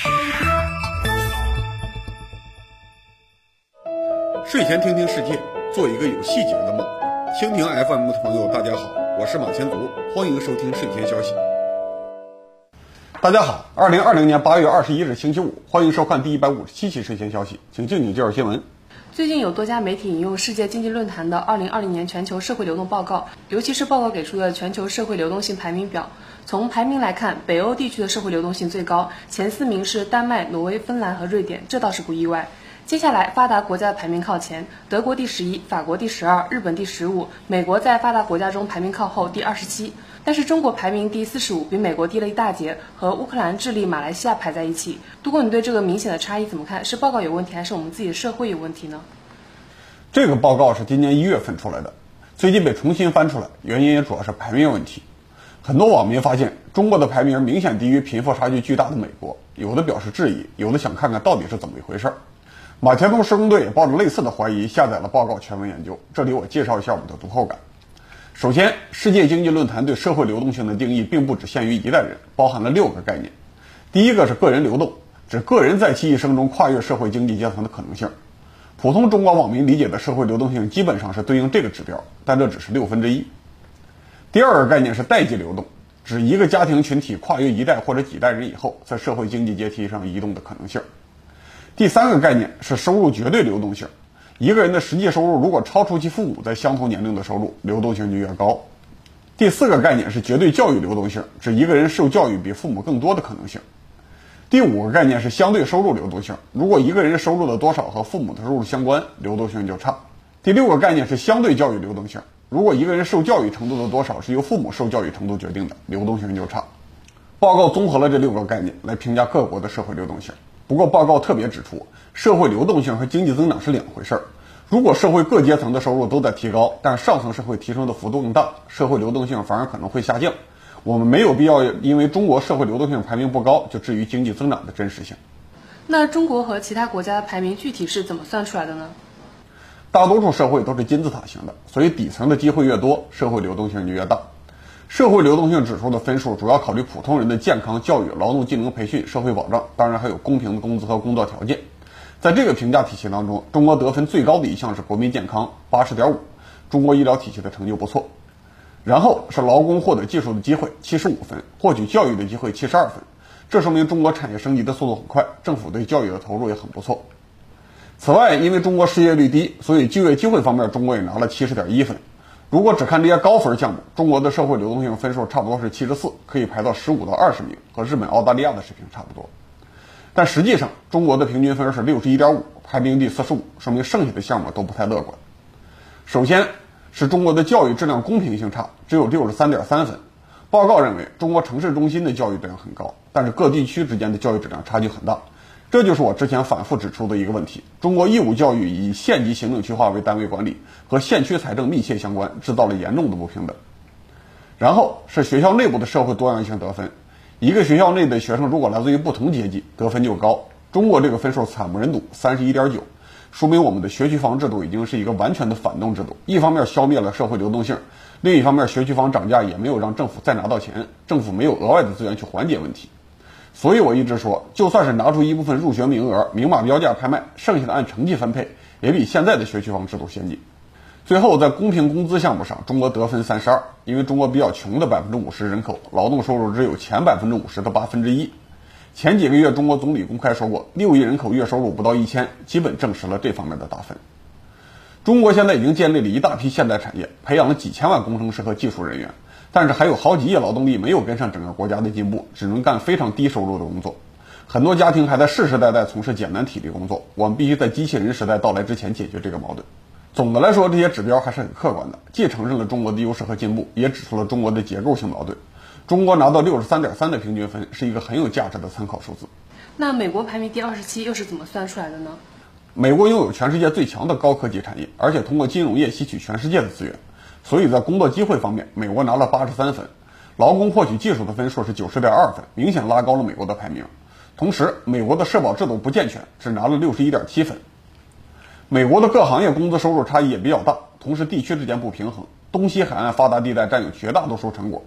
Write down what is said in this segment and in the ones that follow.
睡前听听世界，做一个有细节的梦。蜻蜓 FM 的朋友大家好，我是马前卒，欢迎收听睡前消息。大家好，2020年8月21日星期五，欢迎收看第157期睡前消息，请静静介绍新闻。 最近有多家媒体引用世界经济论坛的2020年全球社会流动报告，尤其是报告给出的全球社会流动性排名表。从排名来看，北欧地区的社会流动性最高，前4名是丹麦、挪威、芬兰和瑞典，这倒是不意外。接下来发达国家的排名靠前，德国第11，法国第12，日本第15，美国在发达国家中排名靠后第27。但是中国排名第45，比美国低了一大截，和乌克兰、智利、马来西亚排在一起。如果你对这个明显的差异怎么看？是报告有问题，还是我们自己的社会有问题呢？ 这个报告是今年1月份出来的，最近被重新翻出来，原因也主要是排名问题。很多网民发现中国的排名明显低于贫富差距巨大的美国，有的表示质疑，有的想看看到底是怎么一回事。马前卒施工队也抱着类似的怀疑下载了报告全文研究，这里我介绍一下我们的读后感。首先，世界经济论坛对社会流动性的定义并不只限于一代人，包含了6个概念。第一个是个人流动，指个人在其一生中跨越社会经济阶层的可能性。普通中国网民理解的社会流动性基本上是对应这个指标，但这只是1/6。第二个概念是代际流动，指一个家庭群体跨越一代或者几代人以后，在社会经济阶梯上移动的可能性。第三个概念是收入绝对流动性，一个人的实际收入如果超出其父母在相同年龄的收入，流动性就越高。第四个概念是绝对教育流动性，指一个人受教育比父母更多的可能性。第5个概念是相对收入流动性，如果一个人收入的多少和父母的收入相关，流动性就差。第6个概念是相对教育流动性，如果一个人受教育程度的多少是由父母受教育程度决定的，流动性就差。报告综合了这6个概念来评价各国的社会流动性。不过报告特别指出，社会流动性和经济增长是两回事儿。如果社会各阶层的收入都在提高，但上层社会提升的幅度更大，社会流动性反而可能会下降。我们没有必要因为中国社会流动性排名不高就质疑经济增长的真实性。 那中国和其他国家的排名具体是怎么算出来的呢？ 大多数社会都是金字塔型的，所以底层的机会越多，社会流动性就越大。社会流动性指数的分数主要考虑普通人的健康、教育、劳动技能培训、社会保障，当然还有公平的工资和工作条件。在这个评价体系当中，中国得分最高的一项是国民健康 80.5， 中国医疗体系的成就不错。然后是劳工获得技术的机会75分，获取教育的机会72分，这说明中国产业升级的速度很快，政府对教育的投入也很不错。此外，因为中国失业率低，所以就业机会方面中国也拿了70.1分。如果只看这些高分项目，中国的社会流动性分数差不多是74，可以排到15到20名，和日本、澳大利亚的水平差不多。但实际上，中国的平均分是61.5，排名第45，说明剩下的项目都不太乐观。首先是中国的教育质量公平性差，只有63.3分。报告认为，中国城市中心的教育质量很高，但是各地区之间的教育质量差距很大。这就是我之前反复指出的一个问题，中国义务教育以县级行政区划为单位管理，和县区财政密切相关，制造了严重的不平等。然后是学校内部的社会多样性得分，一个学校内的学生如果来自于不同阶级，得分就高。中国这个分数惨不忍睹，31.9，说明我们的学区房制度已经是一个完全的反动制度，一方面消灭了社会流动性，另一方面学区房涨价也没有让政府再拿到钱，政府没有额外的资源去缓解问题。所以我一直说，就算是拿出一部分入学名额明码标价拍卖，剩下的按成绩分配，也比现在的学区房制度先进。最后在公平工资项目上，中国得分32，因为中国比较穷的50%人口，劳动收入只有前50%的1/8。前几个月中国总理公开说过，6亿人口月收入不到1000，基本证实了这方面的打分。中国现在已经建立了一大批现代产业，培养了几千万工程师和技术人员，但是还有好几亿劳动力没有跟上整个国家的进步，只能干非常低收入的工作。很多家庭还在世世代代从事简单体力工作，我们必须在机器人时代到来之前解决这个矛盾。总的来说，这些指标还是很客观的，既承认了中国的优势和进步，也指出了中国的结构性矛盾。中国拿到63.3的平均分是一个很有价值的参考数字。 那美国排名第27又是怎么算出来的呢？ 美国拥有全世界最强的高科技产业，而且通过金融业吸取全世界的资源，所以在工作机会方面，美国拿了83分，劳工获取技术的分数是90.2分，明显拉高了美国的排名。同时，美国的社保制度不健全，只拿了61.7分。美国的各行业工资收入差异也比较大，同时地区之间不平衡，东西海岸发达地带占有绝大多数成果。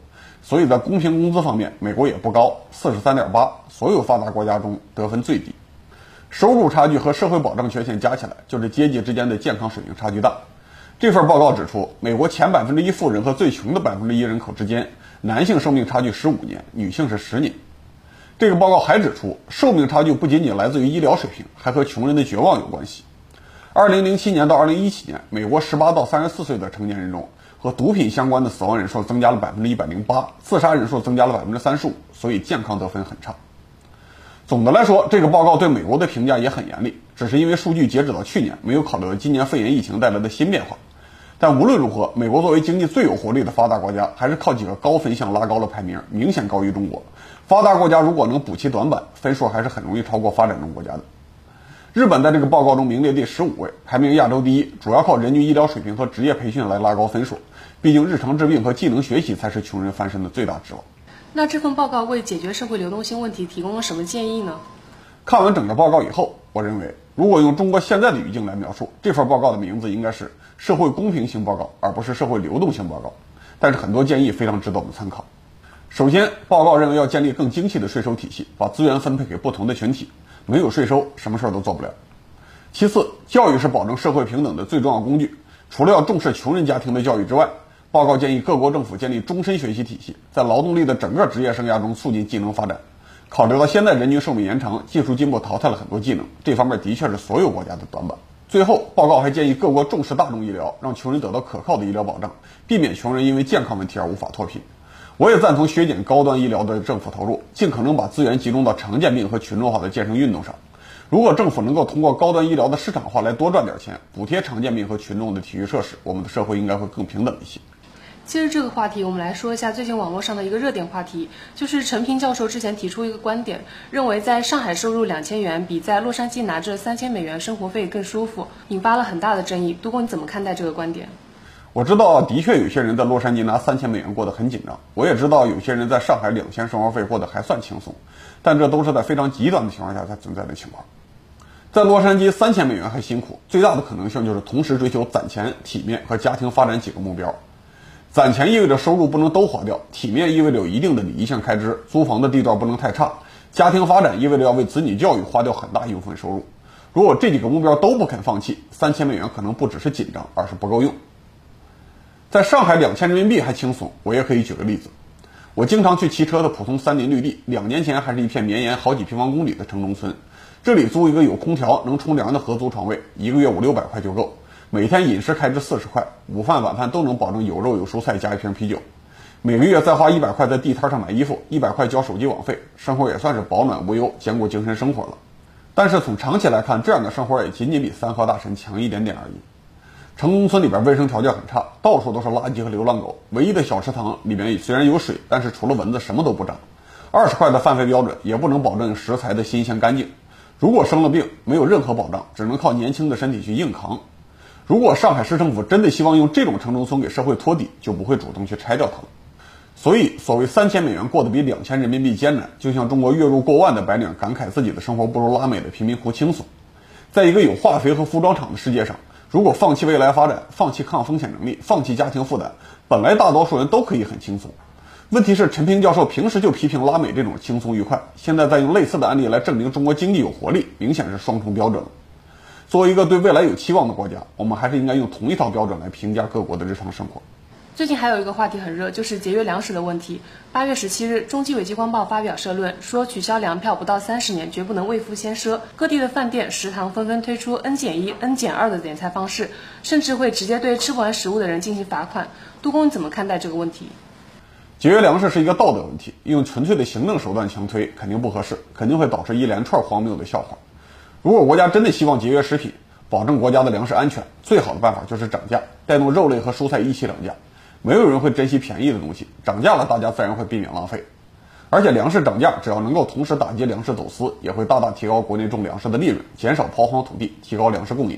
所以在公平工资方面，美国也不高，43.8，所有发达国家中得分最低。收入差距和社会保障缺陷加起来，就是阶级之间的健康水平差距大。这份报告指出，美国前1%富人和最穷的1%人口之间，男性寿命差距15年，女性是10年。这个报告还指出，寿命差距不仅仅来自于医疗水平，还和穷人的绝望有关系。2007年到2017年，美国18到34岁的成年人中，和毒品相关的死亡人数增加了108%，自杀人数增加了35%，所以健康得分很差。总的来说，这个报告对美国的评价也很严厉，只是因为数据截止到去年，没有考虑到今年肺炎疫情带来的新变化。但无论如何，美国作为经济最有活力的发达国家，还是靠几个高分项拉高了排名，明显高于中国。发达国家如果能补齐短板，分数还是很容易超过发展中国家的。日本在这个报告中名列第15位，排名亚洲第一，主要靠人均医疗水平和职业培训来拉高分数。毕竟日常治病和技能学习才是穷人翻身的最大指望。 那这份报告为解决社会流动性问题提供了什么建议呢？ 看完整个报告以后，我认为如果用中国现在的语境来描述，这份报告的名字应该是社会公平性报告，而不是社会流动性报告。但是很多建议非常值得我们参考。首先，报告认为要建立更精细的税收体系，把资源分配给不同的群体，没有税收，什么事儿都做不了。其次，教育是保证社会平等的最重要工具，除了要重视穷人家庭的教育之外，报告建议各国政府建立终身学习体系，在劳动力的整个职业生涯中促进技能发展。考虑到现在人均寿命延长，技术进步淘汰了很多技能，这方面的确是所有国家的短板。最后，报告还建议各国重视大众医疗，让穷人得到可靠的医疗保障，避免穷人因为健康问题而无法脱贫。我也赞同削减高端医疗的政府投入，尽可能把资源集中到常见病和群众化的健身运动上。如果政府能够通过高端医疗的市场化来多赚点钱，补贴常见病和群众的体育设施，我们的社会应该会更平等一些。 接着这个话题，我们来说一下最近网络上的一个热点话题，就是陈平教授之前提出一个观点，认为在上海收入2000元比在洛杉矶拿着3000美元生活费更舒服，引发了很大的争议。杜工，你怎么看待这个观点？ 我知道的确有些人在洛杉矶拿3000美元过得很紧张，我也知道有些人在上海2000生活费过得还算轻松，但这都是在非常极端的情况下才存在的情况。在洛杉矶3000美元还辛苦，最大的可能性就是同时追求攒钱、体面和家庭发展几个目标。攒钱意味着收入不能都花掉，体面意味着有一定的礼仪性开支，租房的地段不能太差，家庭发展意味着要为子女教育花掉很大一部分收入。如果这几个目标都不肯放弃，3000美元可能不只是紧张，而是不够用。在上海2000人民币还轻松，我也可以举个例子。我经常去骑车的浦东三林绿地，2年前还是一片绵延好几平方公里的城中村，这里租一个有空调能冲凉的合租床位，1个月500-600块就够。每天饮食开支40块，午饭晚饭都能保证有肉有蔬菜加一瓶啤酒。每个月再花100块在地摊上买衣服，100块交手机网费，生活也算是保暖无忧，兼顾精神生活了。但是从长期来看，这样的生活也仅仅比三河大神强一点点而已。城中村里边卫生条件很差，到处都是垃圾和流浪狗，唯一的小食堂里面虽然有水，但是除了蚊子什么都不长。20块的饭费标准也不能保证食材的新鲜干净，如果生了病没有任何保障，只能靠年轻的身体去硬扛。如果上海市政府真的希望用这种城中村给社会托底，就不会主动去拆掉它了。所以所谓3000美元过得比2000人民币艰难，就像中国月入过万的白领感慨自己的生活不如拉美的贫民窟轻松。在一个有化肥和服装厂的世界上，如果放弃未来发展，放弃抗风险能力，放弃家庭负担，本来大多数人都可以很轻松。问题是陈平教授平时就批评拉美这种轻松愉快，现在再用类似的案例来证明中国经济有活力，明显是双重标准了。作为一个对未来有期望的国家，我们还是应该用同一套标准来评价各国的日常生活。 最近还有一个话题很热，就是节约粮食的问题。8月17日，中纪委机关报发表社论，说取消粮票不到30年，绝不能未富先奢。各地的饭店、食堂纷纷推出 N-1、N-2的点菜方式，甚至会直接对吃不完食物的人进行罚款。杜工，你怎么看待这个问题？ 节约粮食是一个道德问题，用纯粹的行政手段强推肯定不合适，肯定会导致一连串荒谬的笑话。如果国家真的希望节约食品，保证国家的粮食安全，最好的办法就是涨价，带动肉类和蔬菜一起涨价。没有人会珍惜便宜的东西，涨价了大家自然会避免浪费。而且粮食涨价只要能够同时打击粮食走私，也会大大提高国内种粮食的利润，减少抛荒土地，提高粮食供应。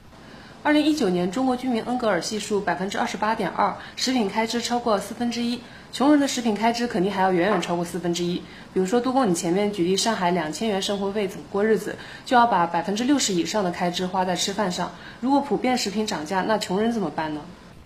2019年中国居民恩格尔系数 28.2%， 食品开支超过1/4，穷人的食品开支肯定还要远远超过1/4。比如说杜工，你前面举例上海2000元生活费怎么过日子，就要把60%以上的开支花在吃饭上。如果普遍食品涨价，那穷人怎么办呢？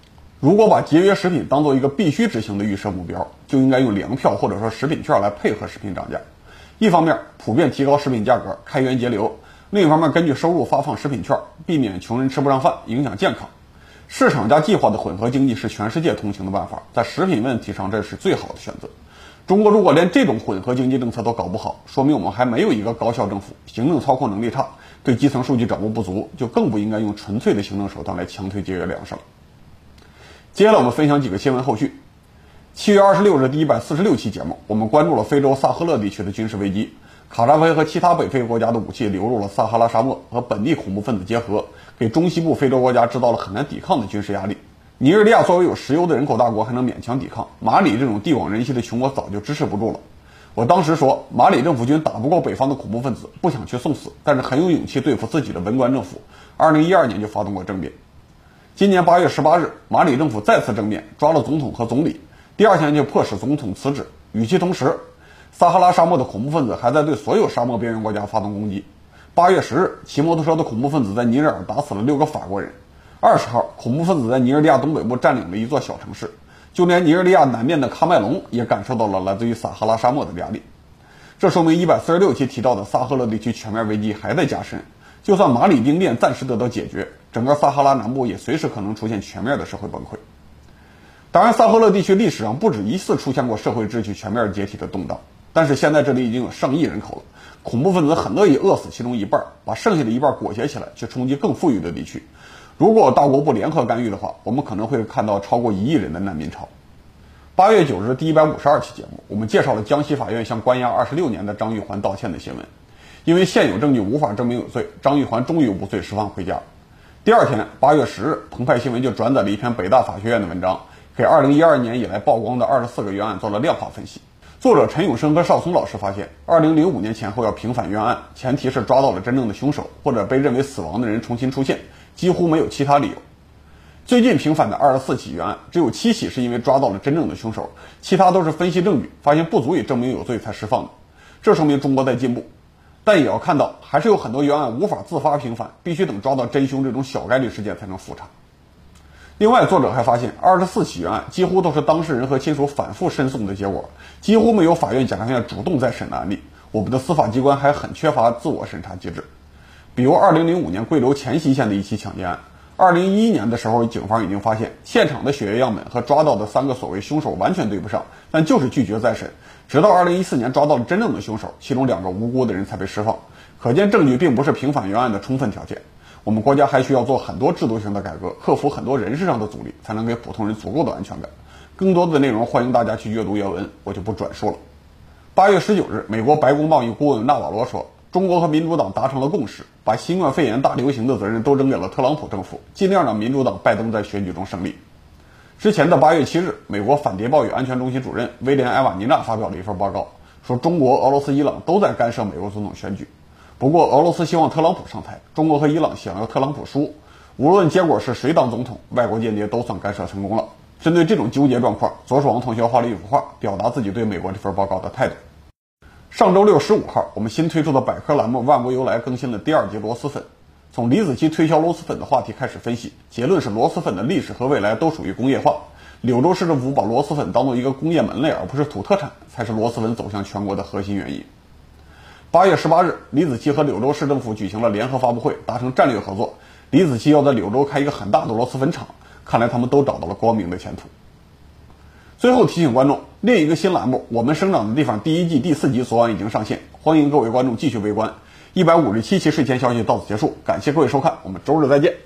如果把节约食品当做一个必须执行的预设目标，就应该用粮票或者说食品券来配合食品涨价。一方面普遍提高食品价格，开源节流；另一方面根据收入发放食品券，避免穷人吃不上饭，影响健康。市场加计划的混合经济是全世界通行的办法，在食品问题上这是最好的选择。中国如果连这种混合经济政策都搞不好，说明我们还没有一个高效政府，行政操控能力差，对基层数据掌握不足，就更不应该用纯粹的行政手段来强推节约粮食了。接下来我们分享几个新闻后续。7月26日第146期节目，我们关注了非洲萨赫勒地区的军事危机。卡扎菲和其他北非国家的武器流入了撒哈拉沙漠，和本地恐怖分子结合，给中西部非洲国家制造了很难抵抗的军事压力。尼日利亚作为有石油的人口大国还能勉强抵抗，马里这种地广人稀的穷国早就支持不住了。我当时说，马里政府军打不过北方的恐怖分子，不想去送死，但是很有勇气对付自己的文官政府。2012年就发动过政变。今年8月18日，马里政府再次政变，抓了总统和总理，第二天就迫使总统辞职。与其同时，撒哈拉沙漠的恐怖分子还在对所有沙漠边缘国家发动攻击。8月10日，骑摩托车的恐怖分子在尼日尔打死了6个法国人。20号，恐怖分子在尼日利亚东北部占领了一座小城市。就连尼日利亚南面的喀麦隆也感受到了来自于撒哈拉沙漠的压力。这说明146期提到的萨赫勒地区全面危机还在加深。就算马里兵变暂时得到解决，整个撒哈拉南部也随时可能出现全面的社会崩溃。当然，萨赫勒地区历史上不止一次出现过社会秩序全面解体的动荡，但是现在这里已经有上亿人口了，恐怖分子很乐意饿死其中一半，把剩下的一半裹挟起来去冲击更富裕的地区。如果大国不联合干预的话，我们可能会看到超过1亿人的难民潮。8月9日第152期节目，我们介绍了江西法院向关押26年的张玉环道歉的新闻。因为现有证据无法证明有罪，张玉环终于无罪释放回家。第二天8月10日，澎湃新闻就转载了一篇北大法学院的文章，给2012年以来曝光的24个冤案做了量化分析。作者陈永生和邵松老师发现，2005年前后要平反冤案，前提是抓到了真正的凶手，或者被认为死亡的人重新出现，几乎没有其他理由。最近平反的24起冤案，只有7起是因为抓到了真正的凶手，其他都是分析证据，发现不足以证明有罪才释放的。这说明中国在进步，但也要看到，还是有很多冤案无法自发平反，必须等抓到真凶这种小概率事件才能复查。另外，作者还发现24起冤案几乎都是当事人和亲属反复申诉的结果，几乎没有法院、检察院主动再审的案例。我们的司法机关还很缺乏自我审查机制。比如2005年贵州黔西县的一起抢劫案，2011年的时候，警方已经发现现场的血液样本和抓到的3个所谓凶手完全对不上，但就是拒绝再审。直到2014年抓到了真正的凶手，其中2个无辜的人才被释放。可见证据并不是平反冤案的充分条件。我们国家还需要做很多制度性的改革，克服很多人事上的阻力，才能给普通人足够的安全感。更多的内容欢迎大家去阅读原文，我就不转述了。8月19日，美国白宫贸易顾问纳瓦罗说，中国和民主党达成了共识，把新冠肺炎大流行的责任都扔给了特朗普政府，尽量让民主党拜登在选举中胜利。之前的8月7日，美国反谍报与安全中心主任威廉·埃瓦尼纳发表了一份报告，说中国、俄罗斯、伊朗都在干涉美国总统选举。不过俄罗斯希望特朗普上台，中国和伊朗想要特朗普输。无论结果是谁当总统，外国间谍都算干涉成功了。针对这种纠结状况，左守王同学画了一幅画，表达自己对美国这份报告的态度。上周6 15号，我们新推出的百科栏目万国由来更新了第2集螺蛳粉。从李子柒推销螺蛳粉的话题开始分析，结论是螺蛳粉的历史和未来都属于工业化。柳州市政府把螺蛳粉当做一个工业门类而不是土特产，才是螺蛳粉走向全国的核心原因。8月18日，李子柒和柳州市政府举行了联合发布会，达成战略合作。李子柒要在柳州开一个很大的螺蛳粉厂，看来他们都找到了光明的前途。最后提醒观众，另一个新栏目《我们生长的地方》第1季第4集昨晚已经上线，欢迎各位观众继续围观。157期睡前消息到此结束，感谢各位收看，我们周日再见。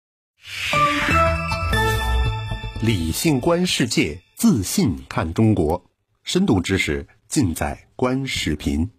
理性观世界，自信看中国，深度知识尽在观视频。